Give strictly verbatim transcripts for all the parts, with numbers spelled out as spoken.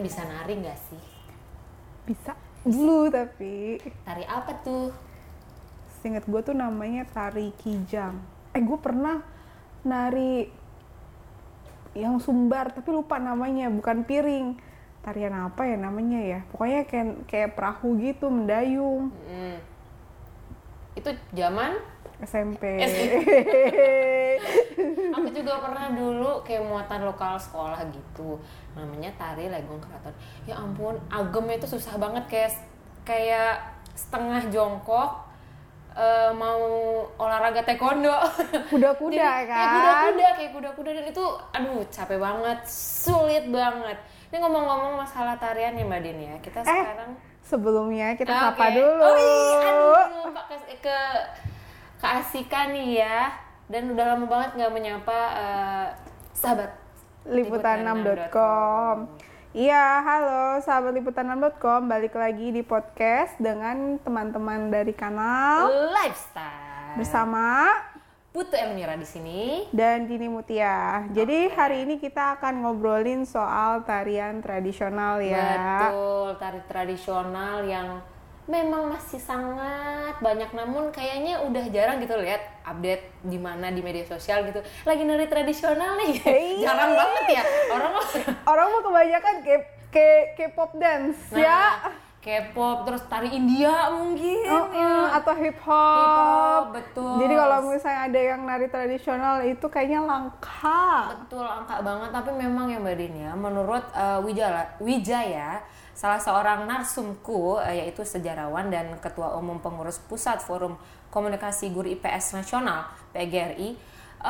bisa nari nggak sih? Bisa dulu tapi. Tari apa tuh? Seinget gue tuh namanya tari kijang. Eh gue pernah nari yang sumbar tapi lupa namanya, bukan piring. Tarian apa ya namanya ya? Pokoknya kayak kayak perahu gitu mendayung. Hmm. Itu zaman S M P. S M P. Aku juga pernah dulu kayak muatan lokal sekolah gitu. Namanya tari Legong Keraton. Ya ampun, agemnya itu susah banget, kayak kayak setengah jongkok. Uh, mau olahraga taekwondo, kuda-kuda jadi, kan? Kayak kuda-kuda, kayak kuda-kuda dan itu, aduh capek banget, sulit banget. Ini ngomong-ngomong masalah tarian ya Mbak Din ya, kita eh, sekarang. Sebelumnya kita okay. sapa dulu. Oh iya, aduh, ke, ke keasikan nih ya, dan udah lama banget nggak menyapa uh, sahabat liputan enam dot com. Iya, halo sahabat liputan enam dot com, balik lagi di podcast dengan teman-teman dari kanal Lifestyle bersama Putu Elmira di sini dan Dini Mutia. Jadi okay. hari ini kita akan ngobrolin soal tarian tradisional ya. Betul, tari tradisional yang memang masih sangat banyak, namun kayaknya udah jarang gitu lihat update di mana di media sosial gitu. Lagi nari tradisional nih, hey. jarang banget ya. Orang orang mau kebanyakan ke ke K-pop dance nah, ya. K-pop terus tari India mungkin uh, ya. atau hip hop. Hip hop, betul. Jadi kalau misalnya ada yang nari tradisional itu kayaknya langka. Betul, langka banget. Tapi memang ya Mbak Din ya, menurut uh, Wijaya, Wijaya salah seorang narsumku, yaitu sejarawan dan Ketua Umum Pengurus Pusat Forum Komunikasi Guru I P S Nasional P G R I,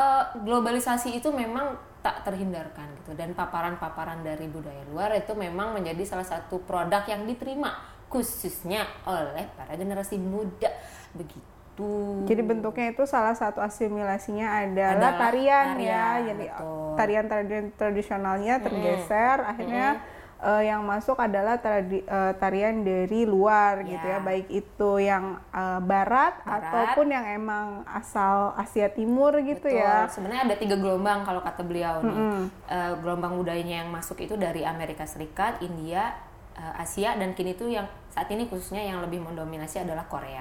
globalisasi itu memang tak terhindarkan gitu, dan paparan-paparan dari budaya luar itu memang menjadi salah satu produk yang diterima khususnya oleh para generasi muda begitu. Jadi bentuknya itu salah satu asimilasinya adalah, adalah tarian, tarian ya, jadi tarian-tarian tradisionalnya tergeser, mm-hmm. akhirnya mm-hmm. Uh, yang masuk adalah tradi, uh, tarian dari luar ya. Gitu ya, baik itu yang uh, barat, barat ataupun yang emang asal Asia Timur gitu. Betul. Ya. Sebenarnya ada tiga gelombang kalau kata beliau nih. Mm-hmm. Uh, gelombang budayanya yang masuk itu dari Amerika Serikat, India, uh, Asia, dan kini tuh yang saat ini khususnya yang lebih mendominasi adalah Korea.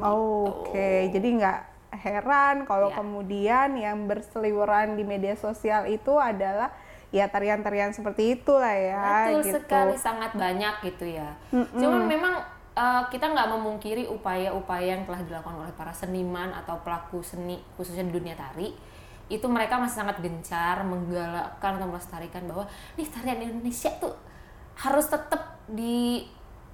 Oh, Oke, okay. Jadi nggak heran kalau ya. Kemudian yang berseliweran di media sosial itu adalah ya tarian-tarian seperti itulah ya. Betul gitu. Sekali, sangat banyak gitu ya. Mm-mm. Cuman memang uh, kita nggak memungkiri upaya-upaya yang telah dilakukan oleh para seniman atau pelaku seni khususnya di dunia tari. Itu mereka masih sangat gencar menggalakkan atau melestarikan bahwa nih tarian Indonesia tuh harus tetap di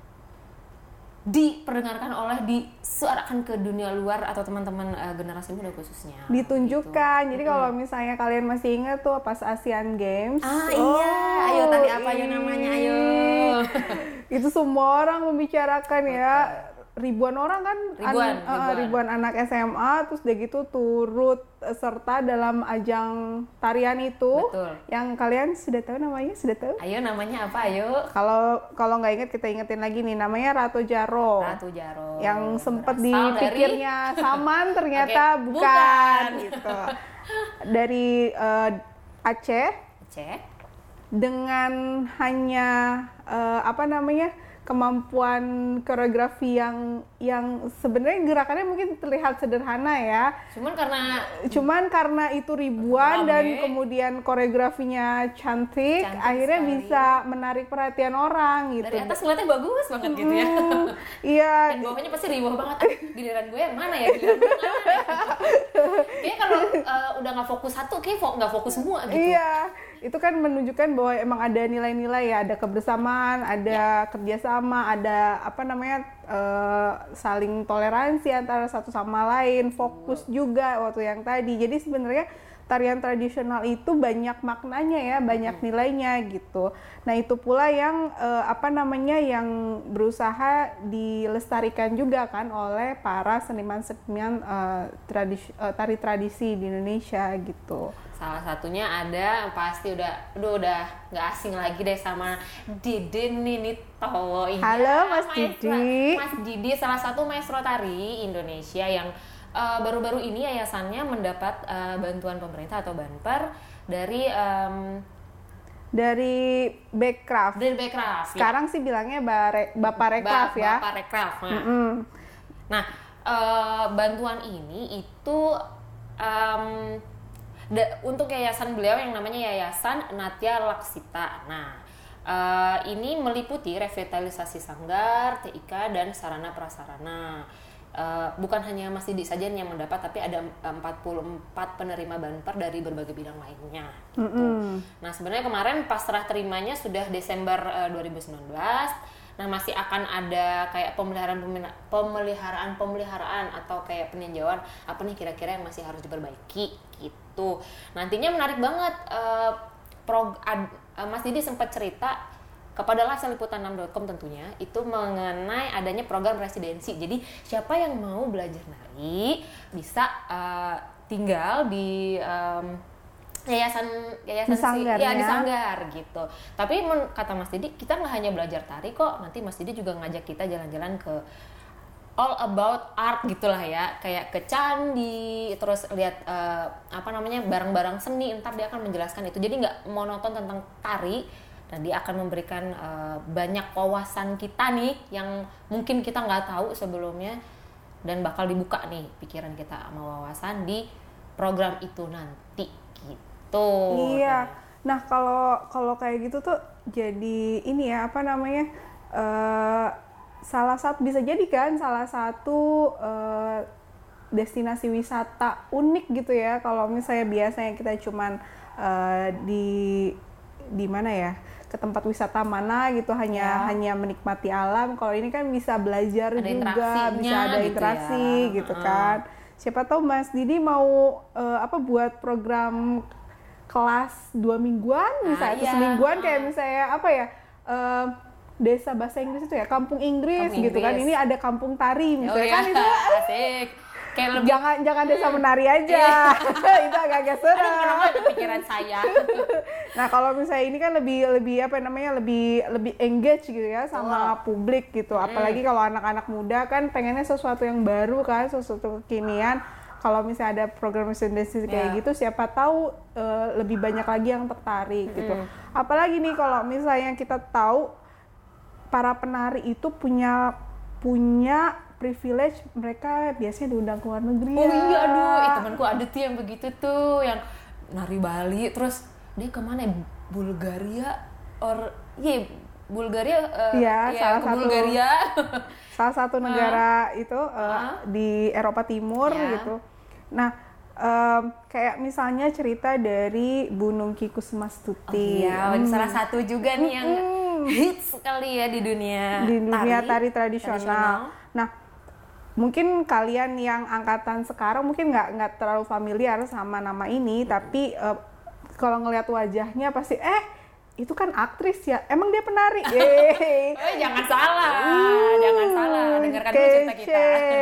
diperdengarkan oleh, disuarakan ke dunia luar atau teman-teman uh, generasi muda khususnya. Ditunjukkan. Gitu. Jadi hmm. kalau misalnya kalian masih ingat tuh pas Asian Games. Ah oh, iya, ayo tadi apa ya namanya, ayo. Itu semua orang membicarakan ya. Ribuan orang kan, ribuan, an- ribuan. Uh, ribuan anak S M A terus udah gitu turut serta dalam ajang tarian itu. Betul. Yang kalian sudah tahu namanya, sudah tahu? Ayo namanya apa, ayo? Kalau kalau nggak ingat kita ingetin lagi nih, namanya Ratu Jaro. Ratu Jaro. Yang sempat Berasal dipikirnya dari... Saman ternyata okay, bukan, bukan gitu. Dari uh, Aceh. Aceh. Dengan hanya uh, apa namanya? Kemampuan koreografi yang yang sebenarnya gerakannya mungkin terlihat sederhana ya. Cuman karena cuman karena itu ribuan rame, dan kemudian koreografinya cantik, cantik akhirnya sekali. Bisa menarik perhatian orang gitu. Dari atas ngeliatnya bagus banget gitu ya. Iya. Dan bawahnya pasti ribuh banget. Giliran gue yang mana ya? Giliran gue yang mana ya? Kayaknya kalau uh, udah nggak fokus satu, kayak nggak fokus semua gitu. Iya. Itu kan menunjukkan bahwa emang ada nilai-nilai ya, ada kebersamaan, ada ya. kerjasama, ada apa namanya uh, saling toleransi antara satu sama lain, fokus oh. juga waktu yang tadi. Jadi sebenarnya tarian tradisional itu banyak maknanya ya, banyak hmm. nilainya gitu. Nah itu pula yang uh, apa namanya yang berusaha dilestarikan juga kan oleh para seniman-seniman uh, tradisi, uh, tari tradisi di Indonesia gitu. Salah satunya ada pasti udah udah udah nggak asing lagi deh sama Didi Ninito. Halo Mas Didi. Mas Didi salah satu maestro tari Indonesia yang uh, baru-baru ini yayasannya mendapat uh, bantuan pemerintah atau banper dari um, Dari Bekraf. Dari Bekraf. Sekarang ya. Sih bilangnya bare, Bapak Rekraf ba, ya. Bapak Rekraf. Nah, mm-hmm. nah uh, bantuan ini itu um, da, untuk yayasan beliau yang namanya Yayasan Natya Laksita. Nah, uh, ini meliputi revitalisasi sanggar, T I K dan sarana prasarana. Uh, bukan hanya Mas Didi saja yang mendapat, tapi ada empat puluh empat penerima bumper dari berbagai bidang lainnya gitu. Mm-hmm. Nah sebenarnya kemarin pas serah terimanya sudah Desember uh, dua ribu sembilan belas. Nah masih akan ada kayak pemeliharaan pemeliharaan pemeliharaan atau kayak peninjauan apa nih kira-kira yang masih harus diperbaiki gitu. Nantinya menarik banget. Uh, prog- ad, uh, Mas Didi sempat cerita kepada live liputan enam dot com tentunya itu mengenai adanya program residensi. Jadi siapa yang mau belajar nari bisa uh, tinggal di um, yayasan yayasan di sanggar, si, ya, ya di sanggar gitu. Tapi men, kata Mas Didi kita nggak hanya belajar tari kok, nanti Mas Didi juga ngajak kita jalan-jalan ke all about art gitulah ya, kayak ke candi, terus lihat uh, apa namanya barang-barang seni. Ntar dia akan menjelaskan itu. Jadi nggak monoton tentang tari. Dan dia akan memberikan uh, banyak wawasan kita nih yang mungkin kita nggak tahu sebelumnya dan bakal dibuka nih pikiran kita sama wawasan di program itu nanti gitu. Iya. Nah kalau kalau kayak gitu tuh jadi ini ya apa namanya uh, salah satu bisa jadi kan salah satu uh, destinasi wisata unik gitu ya. Kalau misalnya biasanya kita cuman uh, di di mana ya? Ke tempat wisata mana gitu hanya ya. hanya menikmati alam. Kalau ini kan bisa belajar ada juga, bisa ada gitu interaksi ya. gitu uh. kan. Siapa tahu Mas Didi mau uh, apa buat program kelas dua mingguan misalnya, ah, iya. semingguan kayak misalnya apa ya uh, desa bahasa Inggris itu ya, kampung Inggris kampung gitu Inggris. Kan. Ini ada kampung tari misalnya oh, kan iya. itu asik. Kayak lebih... jangan jangan desa menari aja itu agak-agak serem. Ada pikiran saya. Nah kalau misalnya ini kan lebih lebih apa namanya lebih lebih engage gitu ya sama oh. publik gitu. Apalagi mm. kalau anak-anak muda kan pengennya sesuatu yang baru kan, sesuatu kekinian. Kalau misalnya ada program residensi kayak yeah. gitu, siapa tahu uh, lebih banyak lagi yang tertarik mm. gitu. Apalagi nih kalau misalnya kita tahu para penari itu punya punya privilege, mereka biasanya diundang ke luar negeri. Oh ya. Iya, aduh, eh, temanku ada tuh yang begitu tuh, yang nari Bali, terus dia kemana? Bulgaria, or iya Bulgaria, uh, ya, ya salah ke satu Bulgaria, salah satu negara uh. itu uh, uh. di Eropa Timur yeah. gitu. Nah, um, kayak misalnya cerita dari Bu Nungki Kusmastuti. Oh, iya, hmm. salah satu juga nih yang hmm. hits sekali ya di dunia di dunia tari, tari tradisional. tradisional. Nah, mungkin kalian yang angkatan sekarang mungkin nggak nggak terlalu familiar sama nama ini, hmm. tapi uh, kalau ngelihat wajahnya pasti eh itu kan aktris ya, emang dia penari. oh, jangan salah, uh, jangan salah, dengarkan dulu cerita kita.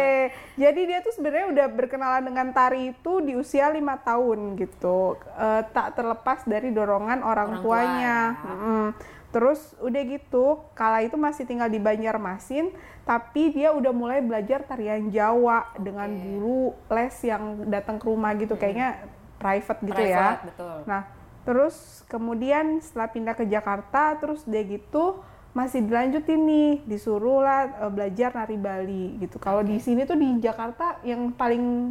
Jadi dia tuh sebenarnya udah berkenalan dengan tari itu di usia lima tahun gitu, uh, tak terlepas dari dorongan orang, orang tuanya. Tua, ya. hmm. Terus udah gitu, kala itu masih tinggal di Banjarmasin, tapi dia udah mulai belajar tarian Jawa okay. dengan guru les yang datang ke rumah gitu, hmm. kayaknya private gitu private, ya. Betul. Nah, terus kemudian setelah pindah ke Jakarta, terus dia gitu masih dilanjutin nih, disuruh lah uh, belajar nari Bali gitu. Kalau okay. di sini tuh di Jakarta yang paling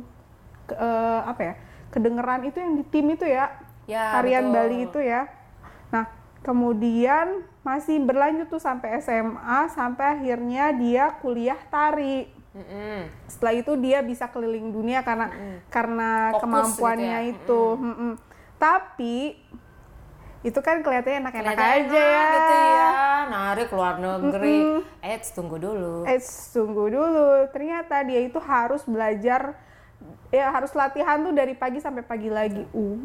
uh, apa ya, kedengeran itu yang di tim itu ya, ya tarian betul. Bali itu ya. Nah, kemudian masih berlanjut tuh sampai S M A, sampai akhirnya dia kuliah tari. Mm-hmm. Setelah itu dia bisa keliling dunia karena mm-hmm. karena fokus kemampuannya gitu ya. itu. Mm-hmm. Mm-hmm. Tapi itu kan kelihatannya enak-enak aja enak, ya. Gitu ya. Nari ke luar negeri. Mm-hmm. Eh, tunggu dulu. Eh, tunggu dulu. Ternyata dia itu harus belajar, ya harus latihan tuh dari pagi sampai pagi lagi. Uh.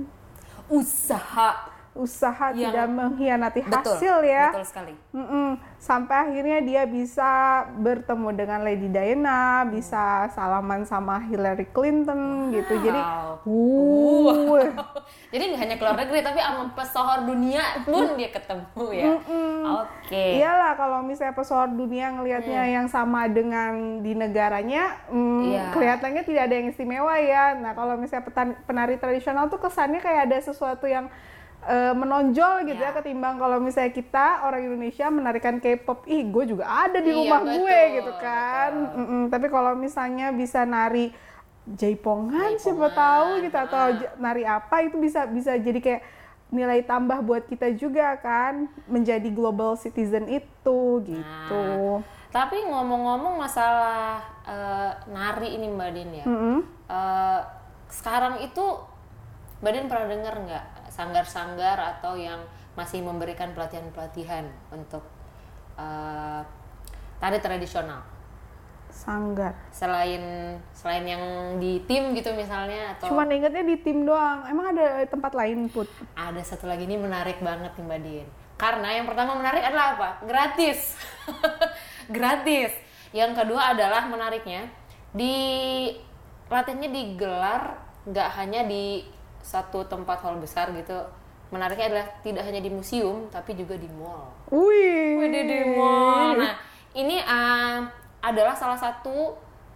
Usaha. Usaha yang tidak mengkhianati betul, hasil ya. Betul sekali. Mm-mm. Sampai akhirnya dia bisa bertemu dengan Lady Diana, hmm. bisa salaman sama Hillary Clinton wow. gitu. Jadi, uh. wow. Jadi nggak hanya keluar negeri, tapi sama pesohor dunia pun dia ketemu ya. Oke. Okay. Iyalah kalau misalnya pesohor dunia ngelihatnya hmm. yang sama dengan di negaranya, mm, yeah. kelihatannya tidak ada yang istimewa ya. Nah kalau misalnya petan- penari tradisional tuh kesannya kayak ada sesuatu yang uh, menonjol gitu ya, ya ketimbang kalau misalnya kita orang Indonesia menarikan K-pop, ih gue juga ada di iya, rumah betul, gue gitu kan. betul. Tapi kalau misalnya bisa nari jaipongan, siapa tahu gitu, atau j- nari apa, itu bisa bisa jadi kayak nilai tambah buat kita juga kan, menjadi global citizen itu gitu. Nah, tapi ngomong-ngomong masalah uh, nari ini Mbak Din ya, Mm-hmm. uh, sekarang itu Mbak Din pernah dengar nggak sanggar-sanggar atau yang masih memberikan pelatihan-pelatihan untuk uh, tari tradisional? Sanggar. Selain selain yang di tim gitu misalnya atau Cuman ingetnya di tim doang. Emang ada tempat lain, Put? ada satu lagi, ini menarik banget nih Mbak Din. Karena yang pertama menarik adalah apa? Gratis. Gratis. Yang kedua adalah menariknya di latihannya digelar nggak hanya di satu tempat hall besar gitu. Menariknya adalah tidak hanya di museum tapi juga di mall. Wih. Wih, di mall. Nah, ini uh, adalah salah satu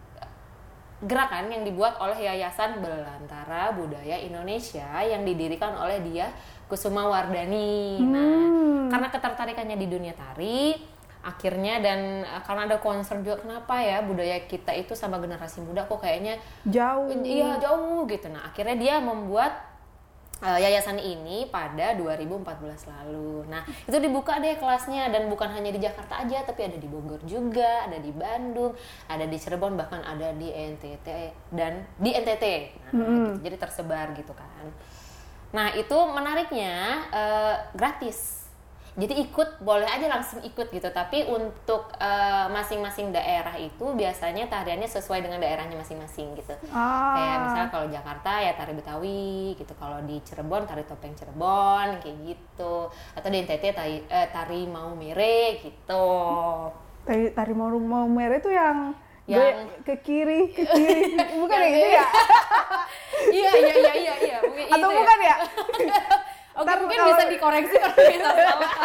gerakan yang dibuat oleh Yayasan Belantara Budaya Indonesia yang didirikan oleh Diah Kusuma Wardani. Hmm. Nah, karena ketertarikannya di dunia tari, akhirnya dan uh, karena ada concern juga kenapa ya budaya kita itu sama generasi muda kok kayaknya jauh. Iya, jauh gitu. Nah, akhirnya dia membuat Uh, yayasan ini pada dua ribu empat belas lalu. Nah, itu dibuka deh kelasnya dan bukan hanya di Jakarta aja, tapi ada di Bogor juga, ada di Bandung, ada di Cirebon, bahkan ada di N T T dan di N T T. Nah, mm-hmm. gitu. Jadi tersebar gitu kan. Nah, itu menariknya uh, gratis. Jadi ikut, boleh aja langsung ikut gitu. Tapi untuk uh, masing-masing daerah itu biasanya tariannya sesuai dengan daerahnya masing-masing gitu. Ah. Kayak misalnya kalau Jakarta ya tari Betawi gitu. Kalau di Cirebon tari topeng Cirebon kayak gitu. Atau di N T T tari, eh, tari mau mere gitu. Tari, tari mau mau merah itu yang, yang ke kiri, ke kiri. Bukan yang itu ya? Iya, iya, iya, iya, iya. Mungkin Atau itu bukan ya? ya? Oke, Ntar mungkin kalau... bisa dikoreksi kalau kita salah.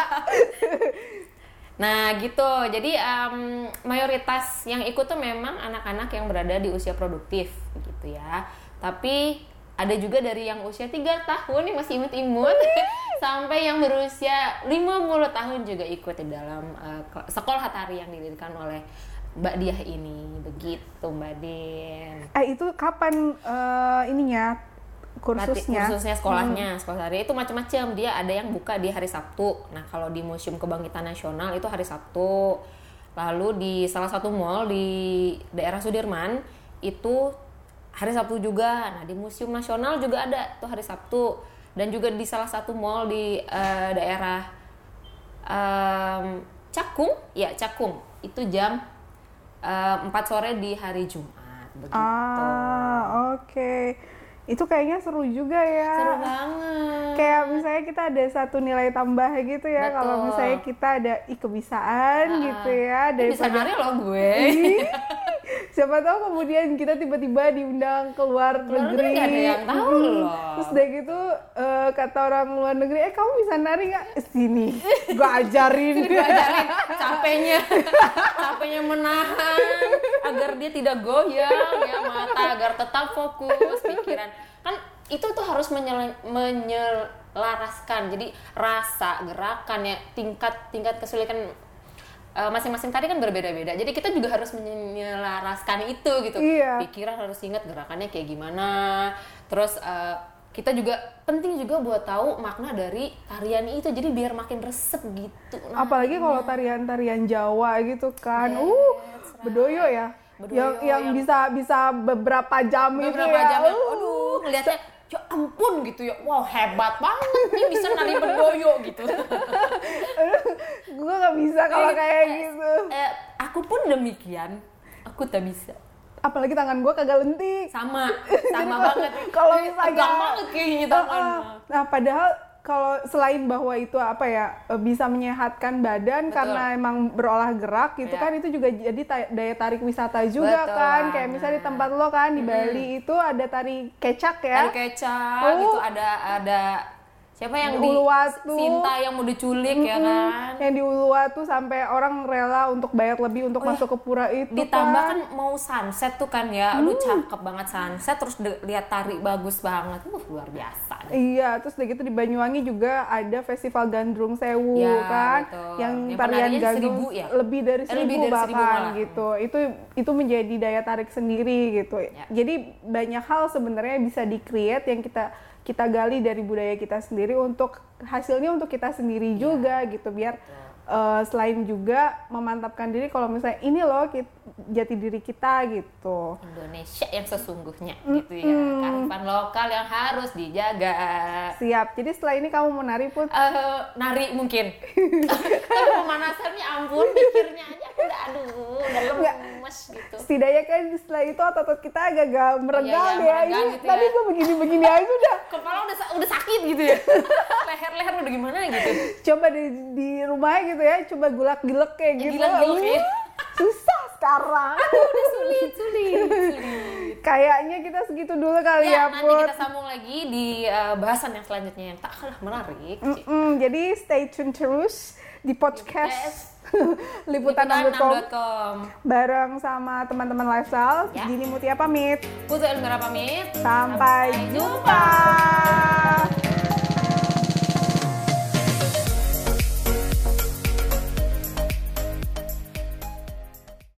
Nah gitu, jadi um, mayoritas yang ikut tuh memang anak-anak yang berada di usia produktif gitu ya. Tapi ada juga dari yang usia tiga tahun yang masih imut-imut sampai yang berusia lima puluh tahun juga ikut di dalam uh, sekolah tari yang didirikan oleh Mbak Diah ini. Begitu Mbak Din. Eh itu kapan uh, ininya? kursusnya kursusnya sekolahnya hmm. sekolah tari itu macam-macam, dia ada yang buka di hari Sabtu. Nah kalau di Museum Kebangkitan Nasional itu hari Sabtu, lalu di salah satu mall di daerah Sudirman itu hari Sabtu juga. Nah di Museum Nasional juga ada tuh hari Sabtu, dan juga di salah satu mall di uh, daerah um, Cakung ya Cakung itu jam uh, empat sore di hari Jumat begitu. Ah oke. Okay. Itu kayaknya seru juga ya. Seru banget. Kayak misalnya kita ada satu nilai tambah gitu ya. Kalau misalnya kita ada ih kebisaan uh, gitu ya. Daripada... bisa nari loh gue. Siapa tahu kemudian kita tiba-tiba diundang ke luar negeri. Gak ada yang tahu loh. Terus udah gitu uh, kata orang luar negeri, eh kamu bisa nari nggak? Sini, gue ajarin. Gue ajarin. Capeknya, capeknya menahan agar dia tidak goyang ya mata, agar tetap fokus pikiran. Kan itu tuh harus menyel- menyelaraskan. Jadi rasa, gerakan ya, tingkat tingkat kesulitan uh, masing-masing tadi kan berbeda-beda. Jadi kita juga harus menyelaraskan itu gitu. Iya. Pikiran harus ingat gerakannya kayak gimana. Terus uh, kita juga penting juga buat tahu makna dari tarian itu. Jadi biar makin resep gitu. Nah, apalagi kalau tarian-tarian Jawa gitu kan. Yes, uh, bedoyo ya. Bedoyo yang, yang yang bisa bisa beberapa jam beberapa itu ya. jam ya. Aduh, ngeliatnya ya ampun gitu ya. Wow, hebat banget nih bisa nari bedoyo gitu. Gue gak bisa kalau kayak gitu. Eh, aku pun demikian. Aku tak bisa. Apalagi tangan gue kagak lentik. Sama, sama banget. Kalau misalnya tegang banget kayaknya tangan. Uh, nah, padahal kalau selain bahwa itu apa ya bisa menyehatkan badan. Betul. Karena emang berolah gerak gitu ya. Kan itu juga jadi ta- daya tarik wisata juga. Betul. Kan kayak misalnya di tempat lo kan di hmm. Bali itu ada tari kecak ya. Tari kecak oh. gitu ada ada Siapa yang di di Uluwatu, Sinta yang mau diculik ya kan? Yang di Uluwatu sampai orang rela untuk bayar lebih untuk Oh, masuk ya. ke pura itu. Ditambah kan, kan mau sunset tuh kan ya, aduh cakep banget sunset, terus de- lihat tari bagus banget, uh luar biasa. Iya, terus udah gitu di Banyuwangi juga ada festival Gandrung Sewu Ya, kan, betul. yang Yang tarian penariannya gandrung seribu ya? lebih dari Eh, seribu lebih dari seribu bahkan malah. gitu. Itu itu menjadi daya tarik sendiri gitu. Ya. Jadi banyak hal sebenarnya bisa di-create yang kita kita gali dari budaya kita sendiri untuk hasilnya untuk kita sendiri Ya. juga gitu, biar uh, selain juga memantapkan diri kalau misalnya ini loh kit- jati diri kita gitu. Indonesia yang sesungguhnya gitu ya, kearifan lokal yang harus dijaga. Siap. Jadi setelah ini kamu mau nari Put? Eh, nari mungkin. Tapi pemanasannya ampun, mikirnya aja udah aduh, udah lemes gitu. Setidaknya kan setelah itu otot kita agak-agak meregang iya, ya. meregang Ini gitu tadi ya. gue begini-begini aja udah. Kepala udah sa- udah sakit gitu ya. Leher-leher udah gimana gitu. Coba di, di rumahnya gitu ya, coba gulak-gilek kayak Ya, gitu. gilak-gilek ya. Uh, Susah sekarang. Udah sulit, sulit, sulit. Kayaknya kita segitu dulu kali ya, Ya, nanti Put. kita sambung lagi di uh, bahasan yang selanjutnya yang tak kalah menarik. Mm-mm, jadi stay tune terus di podcast liputan enam liputan dot com enam dot com. bareng sama teman-teman lifestyle. Ya. Dini Mutia pamit. Putu Elmira pamit. Sampai jumpa.